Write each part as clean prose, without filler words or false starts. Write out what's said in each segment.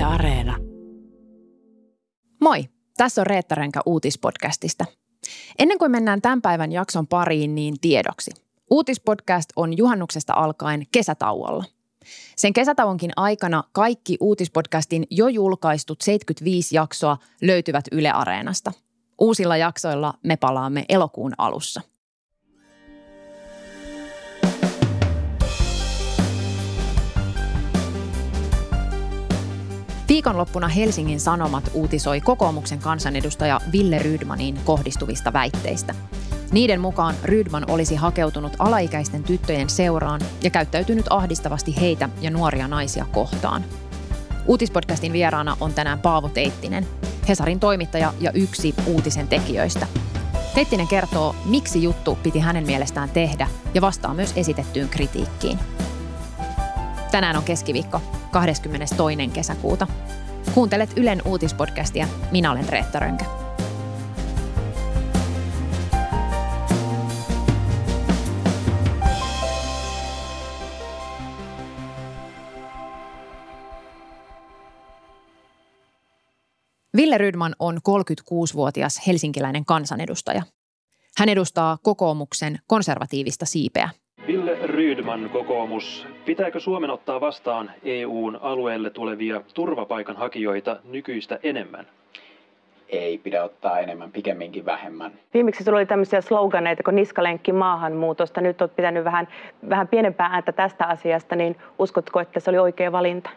Areena. Moi, tässä on Reetta Renkä Uutispodcastista. Ennen kuin mennään tämän päivän jakson pariin, niin tiedoksi. Uutispodcast on juhannuksesta alkaen kesätauolla. Sen kesätauonkin aikana kaikki Uutispodcastin jo julkaistut 75 jaksoa löytyvät Yle Areenasta. Uusilla jaksoilla me palaamme elokuun alussa. Viikonloppuna Helsingin Sanomat uutisoi kokoomuksen kansanedustaja Wille Rydmaniin kohdistuvista väitteistä. Niiden mukaan Rydman olisi hakeutunut alaikäisten tyttöjen seuraan ja käyttäytynyt ahdistavasti heitä ja nuoria naisia kohtaan. Uutispodcastin vieraana on tänään Paavo Teittinen, Hesarin toimittaja ja yksi uutisen tekijöistä. Teittinen kertoo, miksi juttu piti hänen mielestään tehdä ja vastaa myös esitettyyn kritiikkiin. Tänään on keskiviikko, 22. kesäkuuta. Kuuntelet Ylen uutispodcastia. Minä olen Reetta Rönkä. Wille Rydman on 36-vuotias helsinkiläinen kansanedustaja. Hän edustaa kokoomuksen konservatiivista siipeä. Wille Rydman, kokoomus. Pitääkö Suomen ottaa vastaan EU:n alueelle tulevia turvapaikanhakijoita nykyistä enemmän? Ei pidä ottaa enemmän, pikemminkin vähemmän. Viimeksi sulla oli tämmöisiä sloganeita kuin niskalenkki maahanmuutosta. Nyt olet pitänyt vähän pienempää ääntä tästä asiasta, niin uskotko, että se oli oikea valinta?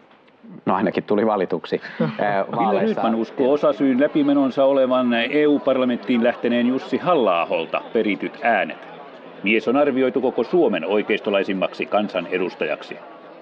No ainakin tuli valituksi. Wille Rydman uskoo osasyyn läpimenonsa olevan EU-parlamenttiin lähteneen Jussi Halla-aholta perityt äänet. Mies on arvioitu koko Suomen oikeistolaisimmaksi kansanedustajaksi.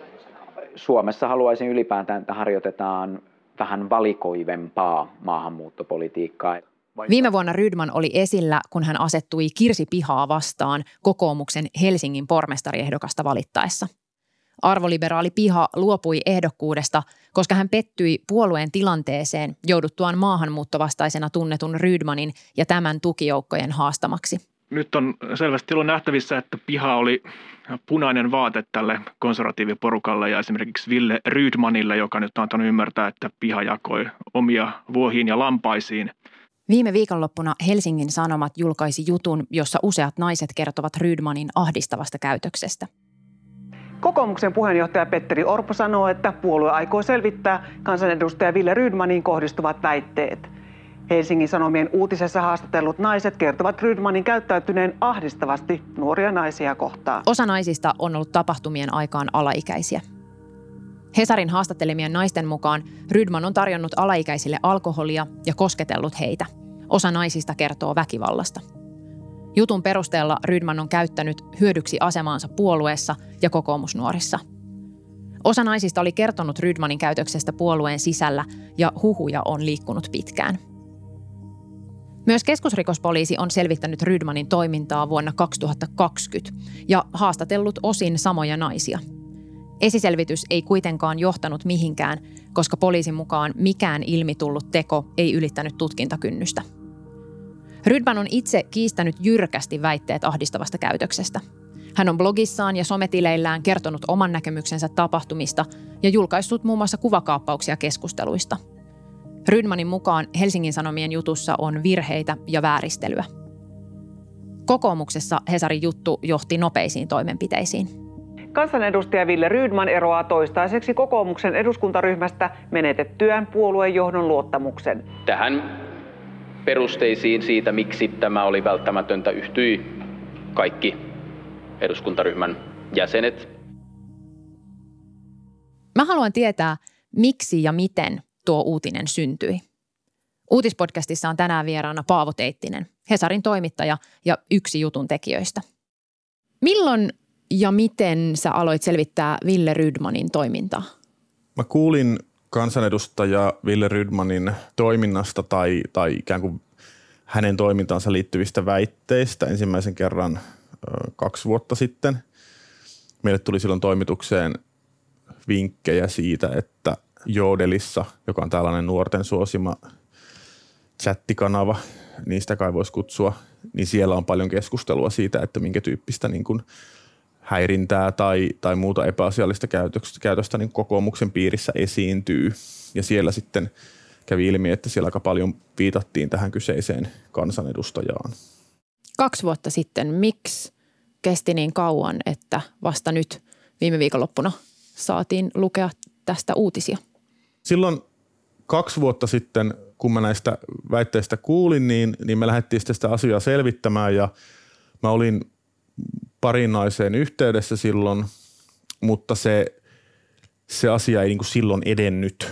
Suomessa haluaisin ylipäätään, että harjoitetaan vähän valikoivempaa maahanmuuttopolitiikkaa. Viime vuonna Rydman oli esillä, kun hän asettui Kirsi Pihaa vastaan kokoomuksen Helsingin pormestariehdokasta valittaessa. Arvoliberaali Piha luopui ehdokkuudesta, koska hän pettyi puolueen tilanteeseen jouduttuaan maahanmuuttovastaisena tunnetun Rydmanin ja tämän tukijoukkojen haastamaksi. Nyt on selvästi ollut nähtävissä, että Piha oli punainen vaate tälle konservatiiviporukalle ja esimerkiksi Wille Rydmanille, joka nyt on antanut ymmärtää, että Piha jakoi omia vuohiin ja lampaisiin. Viime viikonloppuna Helsingin Sanomat julkaisi jutun, jossa useat naiset kertovat Rydmanin ahdistavasta käytöksestä. Kokoomuksen puheenjohtaja Petteri Orpo sanoo, että puolue aikoo selvittää kansanedustaja Wille Rydmaniin kohdistuvat väitteet. Helsingin Sanomien uutisessa haastatellut naiset kertovat Rydmanin käyttäytyneen ahdistavasti nuoria naisia kohtaan. Osa naisista on ollut tapahtumien aikaan alaikäisiä. Hesarin haastattelemien naisten mukaan Rydman on tarjonnut alaikäisille alkoholia ja kosketellut heitä. Osa naisista kertoo väkivallasta. Jutun perusteella Rydman on käyttänyt hyödyksi asemaansa puolueessa ja kokoomusnuorissa. Osa naisista oli kertonut Rydmanin käytöksestä puolueen sisällä ja huhuja on liikkunut pitkään. Myös keskusrikospoliisi on selvittänyt Rydmanin toimintaa vuonna 2020 ja haastatellut osin samoja naisia. Esiselvitys ei kuitenkaan johtanut mihinkään, koska poliisin mukaan mikään ilmitullut teko ei ylittänyt tutkintakynnystä. Rydman on itse kiistänyt jyrkästi väitteet ahdistavasta käytöksestä. Hän on blogissaan ja sometileillään kertonut oman näkemyksensä tapahtumista ja julkaissut muun muassa kuvakaappauksia keskusteluista. Rydmanin mukaan Helsingin Sanomien jutussa on virheitä ja vääristelyä. Kokoomuksessa Hesarin juttu johti nopeisiin toimenpiteisiin. Kansanedustaja Wille Rydman eroaa toistaiseksi kokoomuksen eduskuntaryhmästä menetettyään puoluejohdon luottamuksen. Tähän perusteisiin siitä, miksi tämä oli välttämätöntä, yhtyi kaikki eduskuntaryhmän jäsenet. Mä haluan tietää, miksi ja miten tuo uutinen syntyi. Uutispodcastissa on tänään vieraana Paavo Teittinen, Hesarin toimittaja ja yksi jutun tekijöistä. Milloin ja miten sä aloit selvittää Wille Rydmanin toimintaa? Mä kuulin kansanedustaja Wille Rydmanin toiminnasta tai ikään kuin hänen toimintaansa liittyvistä väitteistä ensimmäisen kerran 2 vuotta sitten. Meille tuli silloin toimitukseen vinkkejä siitä, että Jodelissa, joka on tällainen nuorten suosima chattikanava, niin sitä kai voisi kutsua, niin siellä on paljon keskustelua siitä, että minkä tyyppistä niin kuin häirintää tai muuta epäasiallista käytöstä niin kokoomuksen piirissä esiintyy. Ja siellä sitten kävi ilmi, että siellä aika paljon viitattiin tähän kyseiseen kansanedustajaan. 2 vuotta sitten, miksi kesti niin kauan, että vasta nyt viime viikonloppuna saatiin lukea tästä uutisia? Silloin 2 vuotta sitten, kun mä näistä väitteistä kuulin, niin me lähdettiin sitä asiaa selvittämään ja mä olin parin naiseen yhteydessä silloin, mutta se asia ei niin kuin silloin edennyt.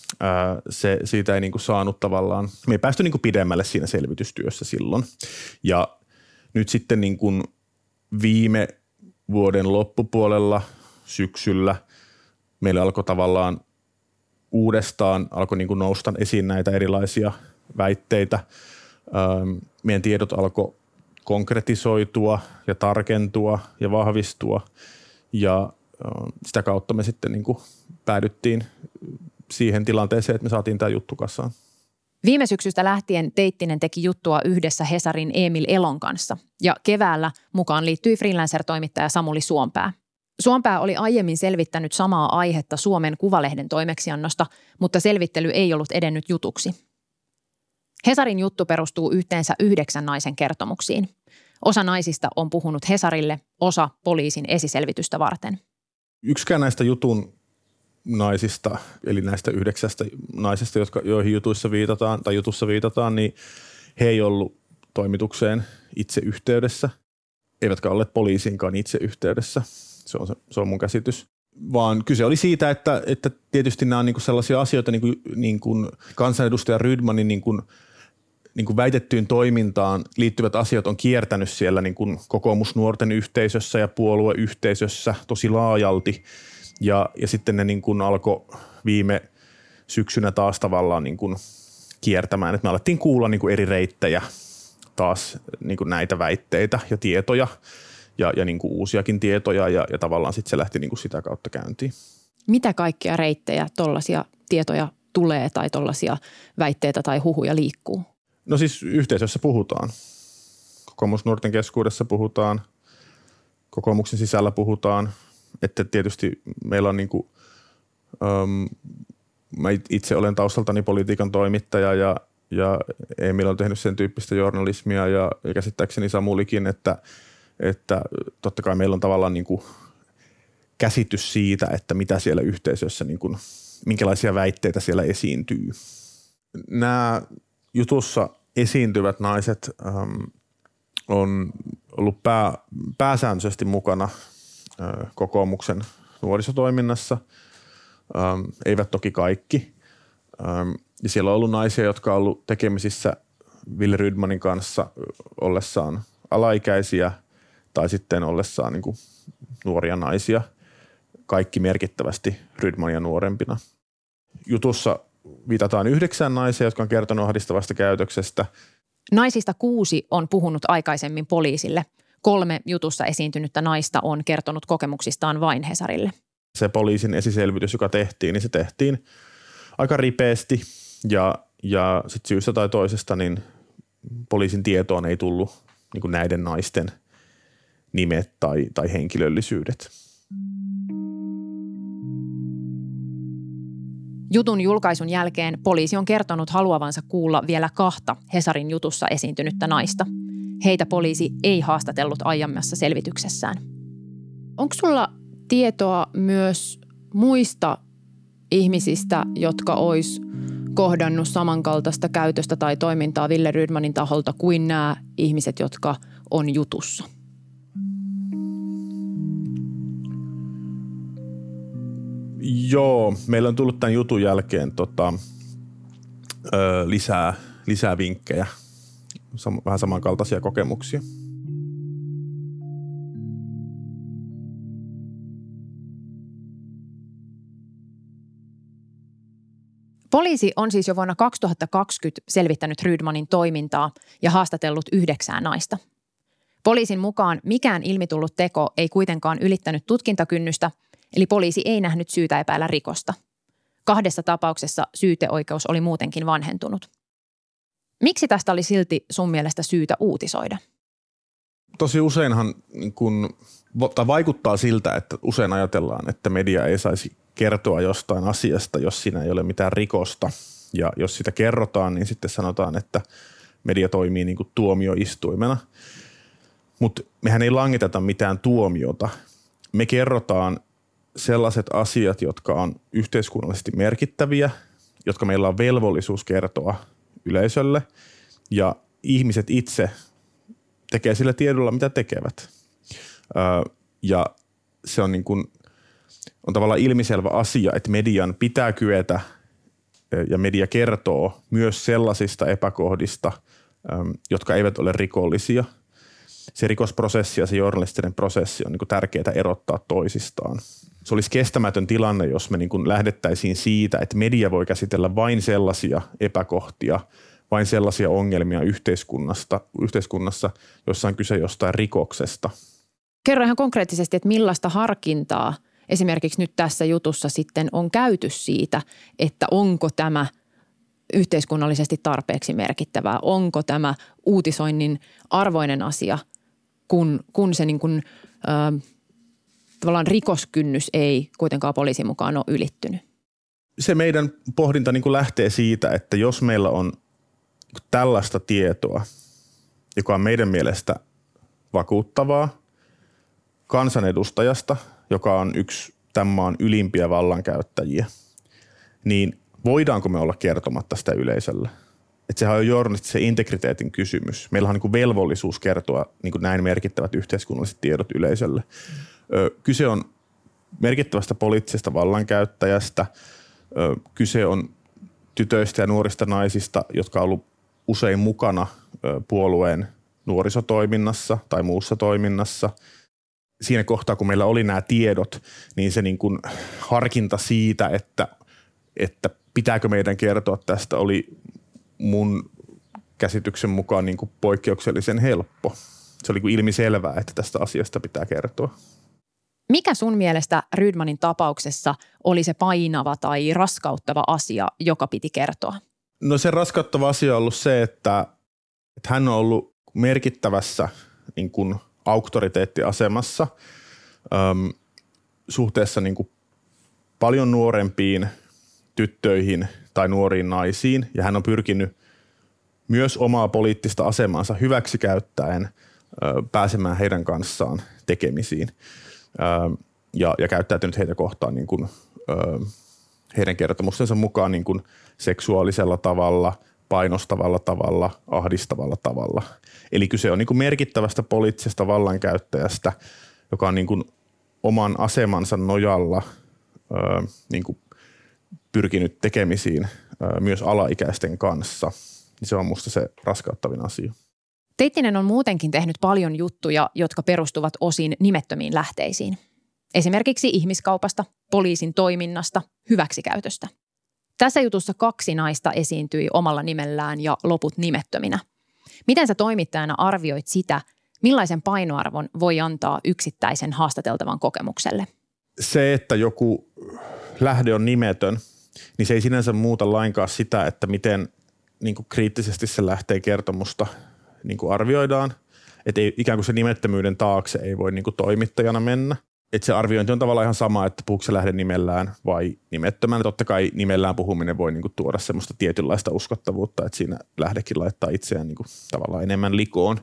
Siitä ei niin kuin saanut tavallaan, me ei päästy niin kuin pidemmälle siinä selvitystyössä silloin. Ja nyt sitten niin kuin viime vuoden loppupuolella syksyllä meillä alkoi tavallaan uudestaan niin kuin nousta esiin näitä erilaisia väitteitä. Meidän tiedot alkoi konkretisoitua ja tarkentua ja vahvistua ja sitä kautta me sitten niin kuin päädyttiin siihen tilanteeseen, että me saatiin tämä juttu kasaan. Viime syksystä lähtien Teittinen teki juttua yhdessä Hesarin Emil Elon kanssa ja keväällä mukaan liittyi freelancer-toimittaja Samuli Suompää. Suompää oli aiemmin selvittänyt samaa aihetta Suomen Kuvalehden toimeksiannosta, mutta selvittely ei ollut edennyt jutuksi. Hesarin juttu perustuu yhteensä 9 naisen kertomuksiin. Osa naisista on puhunut Hesarille, osa poliisin esiselvitystä varten. Yksikään näistä jutun naisista, eli näistä 9 naisesta, joihin jutussa viitataan, niin he ei ollut toimitukseen itse yhteydessä, eivätkä olleet poliisiinkaan itse yhteydessä. Se on mun käsitys. Vaan kyse oli siitä, että tietysti nämä on niinku sellaisia asioita, niin kuin kansanedustaja Rydmanin niin kuin väitettyyn toimintaan liittyvät asiat on kiertänyt siellä niin kuin kokoomusnuorten yhteisössä ja puolueyhteisössä tosi laajalti. Ja sitten ne niin kuin alkoi viime syksynä taas tavallaan niin kuin kiertämään, että me alettiin kuulla niin kuin eri reittejä taas niin kuin näitä väitteitä ja tietoja ja niin kuin uusiakin tietoja ja tavallaan sitten se lähti niin kuin sitä kautta käyntiin. Mitä kaikkia reittejä, tollaisia tietoja tulee tai tollaisia väitteitä tai huhuja liikkuu? No siis yhteisössä puhutaan. Kokoomusnuorten keskuudessa puhutaan, kokoomuksen sisällä puhutaan. Että tietysti meillä on niin kuin, mä itse olen taustaltani politiikan toimittaja ja Emil on tehnyt sen tyyppistä journalismia ja käsittääkseni Samulikin, että totta kai meillä on tavallaan niin kuin käsitys siitä, että mitä siellä yhteisössä, niin kuin, minkälaisia väitteitä siellä esiintyy. Nämä jutussa esiintyvät naiset on ollut pääsääntöisesti mukana kokoomuksen nuorisotoiminnassa, eivät toki kaikki. Ja siellä on ollut naisia, jotka on ollut tekemisissä Wille Rydmanin kanssa ollessaan alaikäisiä tai sitten ollessaan niin kuin nuoria naisia, kaikki merkittävästi Rydmania nuorempina. Jutussa viitataan 9 naisia, jotka on kertonut ahdistavasta käytöksestä. Naisista 6 on puhunut aikaisemmin poliisille. 3 jutussa esiintynyttä naista on kertonut kokemuksistaan vain Hesarille. Se poliisin esiselvitys, joka tehtiin, niin se tehtiin aika ripeästi ja sitten syystä tai toisesta niin poliisin tietoon ei tullut niin kuin näiden naisten nimet tai henkilöllisyydet. Jutun julkaisun jälkeen poliisi on kertonut haluavansa kuulla vielä 2 Hesarin jutussa esiintynyttä naista. Heitä poliisi ei haastatellut aiemmassa selvityksessään. Onko sulla tietoa myös muista ihmisistä, jotka olisi kohdannut samankaltaista käytöstä tai toimintaa Wille Rydmanin taholta kuin nämä ihmiset, jotka on jutussa? Joo, meillä on tullut tämän jutun jälkeen lisää vinkkejä, vähän samankaltaisia kokemuksia. Poliisi on siis jo vuonna 2020 selvittänyt Rydmanin toimintaa ja haastatellut 9 naista. Poliisin mukaan mikään ilmitullut teko ei kuitenkaan ylittänyt tutkintakynnystä, eli poliisi ei nähnyt syytä epäillä rikosta. 2 tapauksessa syyteoikeus oli muutenkin vanhentunut. Miksi tästä oli silti sun mielestä syytä uutisoida? tosi useinhan tai vaikuttaa siltä, että usein ajatellaan, että media ei saisi kertoa jostain asiasta, jos siinä ei ole mitään rikosta. Ja jos sitä kerrotaan, niin sitten sanotaan, että media toimii niin kuin tuomioistuimena. Mutta mehän ei langiteta mitään tuomiota. Me kerrotaan sellaiset asiat, jotka on yhteiskunnallisesti merkittäviä, jotka meillä on velvollisuus kertoa yleisölle. Ja ihmiset itse tekee sillä tiedolla, mitä tekevät. Ja se on, on tavallaan ilmiselvä asia, että median pitää kyetä ja media kertoo myös sellaisista epäkohdista, jotka eivät ole rikollisia. Se rikosprosessi ja se journalistinen prosessi on tärkeää erottaa toisistaan. Se olisi kestämätön tilanne, jos me lähdettäisiin siitä, että media voi käsitellä vain sellaisia epäkohtia, vain sellaisia ongelmia yhteiskunnassa, jossa on kyse jostain rikoksesta. Kerro ihan konkreettisesti, että millaista harkintaa esimerkiksi nyt tässä jutussa sitten on käyty siitä, että onko tämä yhteiskunnallisesti tarpeeksi merkittävää, onko tämä uutisoinnin arvoinen asia, kun se tavallaan rikoskynnys ei kuitenkaan poliisin mukaan ole ylittynyt. Se meidän pohdinta lähtee siitä, että jos meillä on tällaista tietoa, joka on meidän mielestä vakuuttavaa kansanedustajasta, joka on yksi tämän maan ylimpiä vallankäyttäjiä, niin voidaanko me olla kertomatta sitä yleisölle? Että sehän on journalistisen integriteetin kysymys. Meillä on velvollisuus kertoa näin merkittävät yhteiskunnalliset tiedot yleisölle. Kyse on merkittävästä poliittisesta vallankäyttäjästä. Kyse on tytöistä ja nuorista naisista, jotka on ollut usein mukana puolueen nuorisotoiminnassa tai muussa toiminnassa. Siinä kohtaa, kun meillä oli nämä tiedot, niin se harkinta siitä, että pitääkö meidän kertoa tästä, oli mun käsityksen mukaan poikkeuksellisen helppo. Se oli ilmiselvää, että tästä asiasta pitää kertoa. Mikä sun mielestä Rydmanin tapauksessa oli se painava tai raskauttava asia, joka piti kertoa? No se raskauttava asia on ollut se, että hän on ollut merkittävässä auktoriteettiasemassa suhteessa paljon nuorempiin tyttöihin tai nuoriin naisiin. Ja hän on pyrkinyt myös omaa poliittista asemansa hyväksikäyttäen pääsemään heidän kanssaan tekemisiin. Ja käyttäytynyt heitä kohtaan heidän kertomuksensa mukaan seksuaalisella tavalla, painostavalla tavalla, ahdistavalla tavalla. Eli kyse on merkittävästä poliittisesta vallankäyttäjästä, joka on oman asemansa nojalla pyrkinyt tekemisiin myös alaikäisten kanssa. Se on musta se raskauttavin asia. Teittinen on muutenkin tehnyt paljon juttuja, jotka perustuvat osin nimettömiin lähteisiin. Esimerkiksi ihmiskaupasta, poliisin toiminnasta, hyväksikäytöstä. Tässä jutussa 2 naista esiintyi omalla nimellään ja loput nimettöminä. Miten sä toimittajana arvioit sitä, millaisen painoarvon voi antaa yksittäisen haastateltavan kokemukselle? Se, että joku lähde on nimetön, niin se ei sinänsä muuta lainkaan sitä, että miten kriittisesti se lähteen kertomusta arvioidaan. Että ikään kuin se nimettömyyden taakse ei voi toimittajana mennä. Että se arviointi on tavallaan ihan sama, että puhuuko se lähde nimellään vai nimettömän. Totta kai nimellään puhuminen voi tuoda semmoista tietynlaista uskottavuutta, että siinä lähdekin laittaa itseään tavallaan enemmän likoon.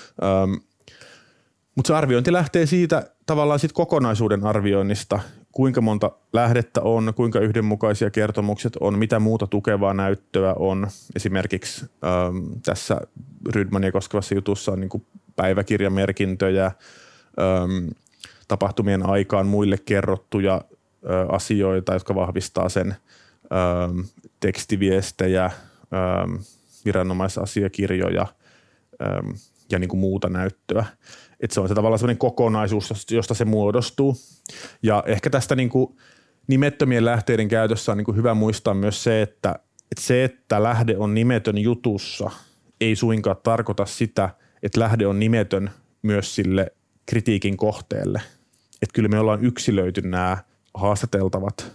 Mutta se arviointi lähtee siitä tavallaan siitä kokonaisuuden arvioinnista, kuinka monta lähdettä on, kuinka yhdenmukaisia kertomukset on, mitä muuta tukevaa näyttöä on. Esimerkiksi tässä Rydmania koskevassa jutussa on päiväkirjamerkintöjä, tapahtumien aikaan muille kerrottuja asioita, jotka vahvistaa sen, tekstiviestejä, viranomaisasiakirjoja ja muuta näyttöä. Että se on se tavallaan sellainen kokonaisuus, josta se muodostuu. Ja ehkä tästä nimettömien lähteiden käytössä on hyvä muistaa myös se, että lähde on nimetön jutussa ei suinkaan tarkoita sitä, että lähde on nimetön myös sille kritiikin kohteelle. Että kyllä me ollaan yksilöity nämä haastateltavat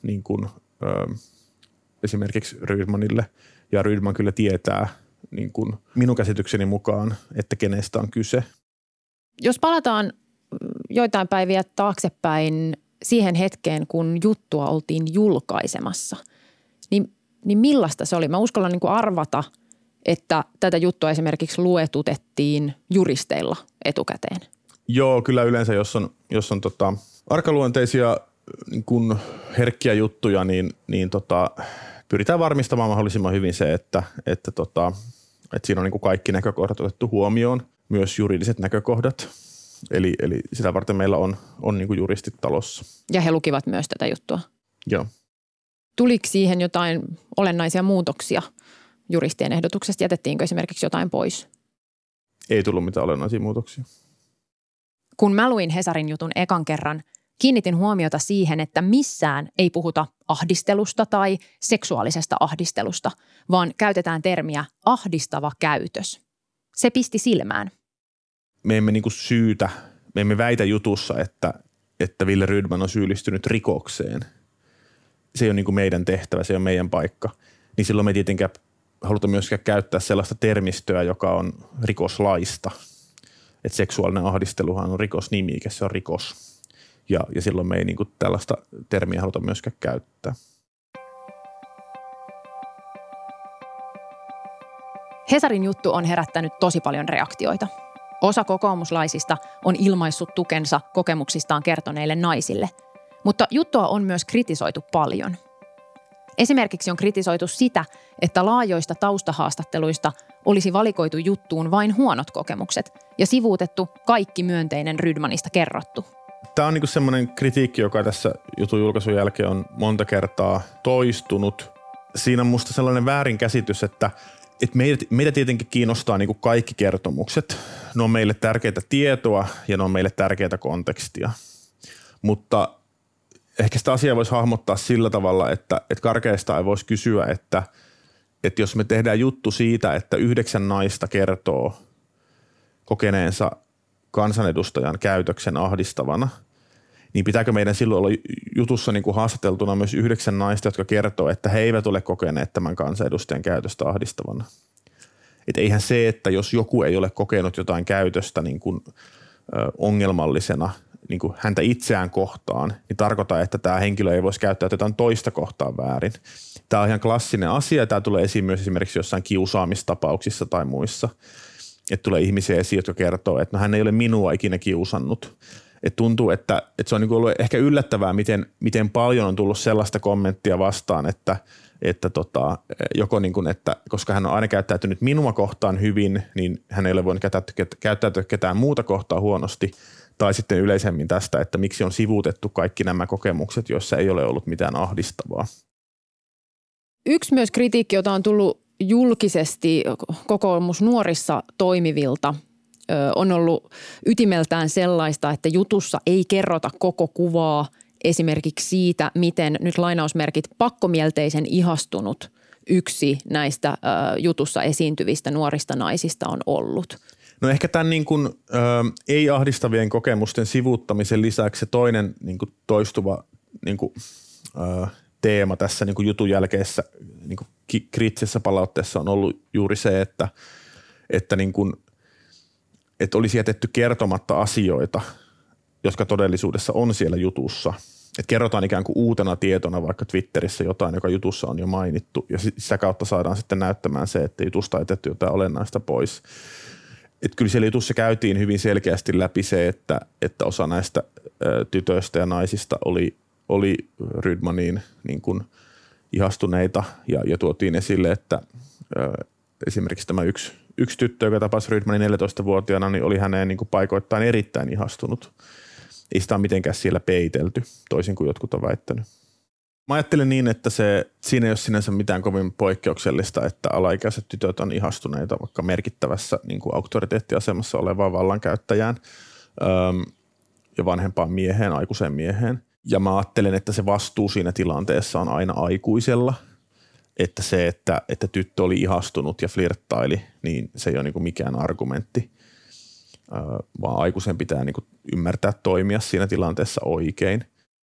esimerkiksi Rydmanille, ja Rydman kyllä tietää minun käsitykseni mukaan, että kenestä on kyse. Jos palataan joitain päiviä taaksepäin siihen hetkeen, kun juttua oltiin julkaisemassa, niin millaista se oli? Mä uskallan niin kuin arvata, että tätä juttua esimerkiksi luetutettiin juristeilla etukäteen. Joo, kyllä yleensä, jos on arkaluonteisia niin kuin herkkiä juttuja, niin pyritään varmistamaan mahdollisimman hyvin se, että siinä on niin kuin kaikki näkökohdat otettu huomioon, myös juridiset näkökohdat. Eli sitä varten meillä on niin kuin juristit talossa. Ja he lukivat myös tätä juttua? Joo. Tuliko siihen jotain olennaisia muutoksia juristien ehdotuksesta? Jätettiinkö esimerkiksi jotain pois? Ei tullut mitään olennaisia muutoksia. Kun mä luin Hesarin jutun ekan kerran, kiinnitin huomiota siihen, että missään ei puhuta ahdistelusta tai seksuaalisesta ahdistelusta, vaan käytetään termiä ahdistava käytös. Se pisti silmään. Me emme niinku me emme väitä jutussa, että Wille Rydman on syyllistynyt rikokseen. Se ei ole niinku meidän tehtävä, se ei ole meidän paikka. Niin silloin me ei tietenkään haluta myöskään käyttää sellaista termistöä, joka on rikoslaista. Että seksuaalinen ahdisteluhan on rikosnimike, se on rikos. Ja silloin me ei niinku tällaista termiä haluta myöskään käyttää. Hesarin juttu on herättänyt tosi paljon reaktioita. Osa kokoomuslaisista on ilmaissut tukensa kokemuksistaan kertoneille naisille, mutta juttua on myös kritisoitu paljon. Esimerkiksi on kritisoitu sitä, että laajoista taustahaastatteluista olisi valikoitu juttuun vain huonot kokemukset ja sivuutettu kaikki myönteinen Rydmanista kerrottu. Tämä on niinku semmoinen kritiikki, joka tässä jutun julkaisun jälkeen on monta kertaa toistunut. Siinä on musta sellainen väärinkäsitys, että meitä tietenkin kiinnostaa niinku kaikki kertomukset. Ne on meille tärkeää tietoa ja ne on meille tärkeää kontekstia. Mutta ehkä sitä asiaa voisi hahmottaa sillä tavalla, että karkeasta ei voisi kysyä, että jos me tehdään juttu siitä, että 9 naista kertoo kokeneensa kansanedustajan käytöksen ahdistavana, niin pitääkö meidän silloin olla jutussa niin kuin haastateltuna myös 9 naista, jotka kertoo, että he eivät ole kokeneet tämän kansanedustajan käytöstä ahdistavana. Että eihän se, että jos joku ei ole kokenut jotain käytöstä niin kuin ongelmallisena niin kuin häntä itseään kohtaan, niin tarkoittaa, että tämä henkilö ei voisi käyttää jotain toista kohtaan väärin. Tämä on ihan klassinen asia. Tämä tulee esiin myös esimerkiksi jossain kiusaamistapauksissa tai muissa. Että tulee ihmisiä esiin, jotka kertoo, että no, hän ei ole minua ikinä kiusannut. Et tuntuu, että se on niin kuin ollut ehkä yllättävää, miten paljon on tullut sellaista kommenttia vastaan, että joko niin kuin, että koska hän on aina käyttäytynyt minua kohtaan hyvin, niin hän ei ole voinut käyttäytyä ketään muuta kohtaan huonosti. Tai sitten yleisemmin tästä, että miksi on sivuutettu kaikki nämä kokemukset, joissa ei ole ollut mitään ahdistavaa. Yksi myös kritiikki, jota on tullut julkisesti kokoomusnuorissa toimivilta, on ollut ytimeltään sellaista, että jutussa ei kerrota koko kuvaa esimerkiksi siitä, miten nyt lainausmerkit pakkomielteisen ihastunut yksi näistä jutussa esiintyvistä nuorista naisista on ollut. No ehkä tämän niin kuin, ei-ahdistavien kokemusten sivuuttamisen lisäksi se toinen niin kuin toistuva niin kuin, teema tässä niin kuin jutun jälkeisessä niin kuin kriittisessä palautteessa on ollut juuri se, että, niin kuin, että olisi jätetty kertomatta asioita, jotka todellisuudessa on siellä jutussa. Että kerrotaan ikään kuin uutena tietona vaikka Twitterissä jotain, joka jutussa on jo mainittu ja sitä kautta saadaan sitten näyttämään se, että jutusta ei jätetty jotain olennaista pois. Että kyllä siellä jutussa käytiin hyvin selkeästi läpi se, että osa näistä tytöistä ja naisista oli Rydmaniin niin kuin ihastuneita ja tuotiin esille, että esimerkiksi tämä yksi tyttö, joka tapasi Rydmanin 14-vuotiaana, niin oli häneen niin kuin paikoittain erittäin ihastunut. Ei sitä ole mitenkään siellä peitelty, toisin kuin jotkut on väittänyt. Mä ajattelen niin, että siinä ei ole sinänsä mitään kovin poikkeuksellista, että alaikäiset tytöt on ihastuneita vaikka merkittävässä niin kuin auktoriteettiasemassa olevaan vallankäyttäjään ja vanhempaan mieheen, aikuiseen mieheen. Ja mä ajattelen, että se vastuu siinä tilanteessa on aina aikuisella, että se, että tyttö oli ihastunut ja flirttaili, niin se ei ole niin kuin mikään argumentti, vaan aikuisen pitää niin kuin ymmärtää toimia siinä tilanteessa oikein.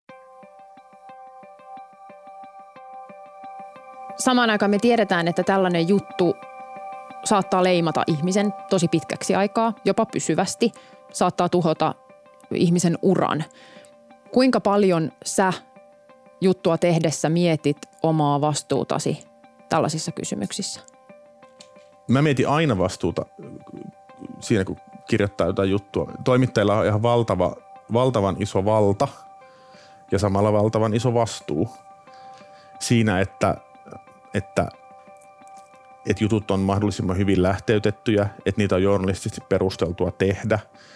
Samaan aikaan me tiedetään, että tällainen juttu saattaa leimata ihmisen tosi pitkäksi aikaa, jopa pysyvästi. saattaa tuhota ihmisen uran. Kuinka paljon sä juttua tehdessä mietit omaa vastuutasi tällaisissa kysymyksissä? Mä mietin aina vastuuta siinä, kun kirjoittaa jotain juttua. Toimittajilla on ihan valtavan iso valta ja samalla valtavan iso vastuu siinä, että jutut on mahdollisimman hyvin lähteytettyjä, että niitä on journalistisesti perusteltua tehdä.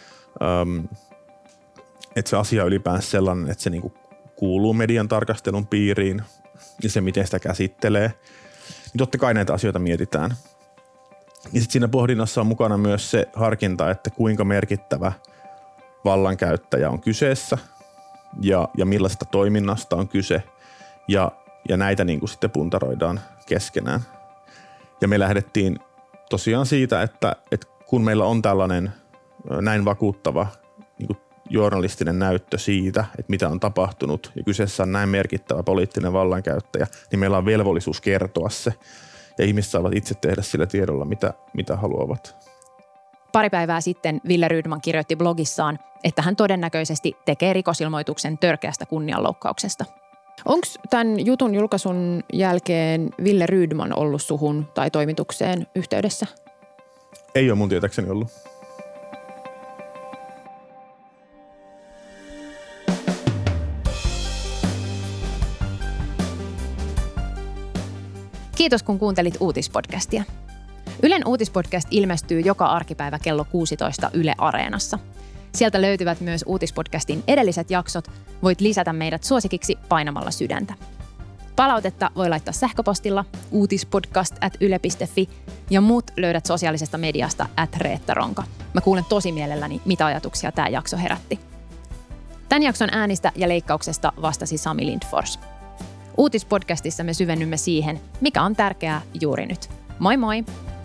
Että se asia on ylipäänsä sellainen, että se niinku kuuluu median tarkastelun piiriin ja se, miten sitä käsittelee. Niin totta kai näitä asioita mietitään. Ja sitten siinä pohdinnassa on mukana myös se harkinta, että kuinka merkittävä vallankäyttäjä on kyseessä ja millaista toiminnasta on kyse. Ja näitä niin kuin sitten puntaroidaan keskenään. Ja me lähdettiin tosiaan siitä, että kun meillä on tällainen näin vakuuttava niin kuin journalistinen näyttö siitä, että mitä on tapahtunut ja kyseessä on näin merkittävä poliittinen vallankäyttäjä, niin meillä on velvollisuus kertoa se. Ja ihmiset saavat itse tehdä sillä tiedolla, mitä haluavat. Pari päivää sitten Wille Rydman kirjoitti blogissaan, että hän todennäköisesti tekee rikosilmoituksen törkeästä kunnianloukkauksesta. Onko tämän jutun julkaisun jälkeen Wille Rydman ollut suhun tai toimitukseen yhteydessä? Ei ole mun tietääkseni ollut. Kiitos, kun kuuntelit uutispodcastia. Ylen uutispodcast ilmestyy joka arkipäivä kello 16 Yle Areenassa. Sieltä löytyvät myös uutispodcastin edelliset jaksot. Voit lisätä meidät suosikiksi painamalla sydäntä. Palautetta voi laittaa sähköpostilla uutispodcast@yle.fi ja muut löydät sosiaalisesta mediasta @reettaronka. Mä kuulen tosi mielelläni, mitä ajatuksia tämä jakso herätti. Tämän jakson äänistä ja leikkauksesta vastasi Sami Lindfors. Uutispodcastissa me syvennymme siihen, mikä on tärkeää juuri nyt. Moi moi!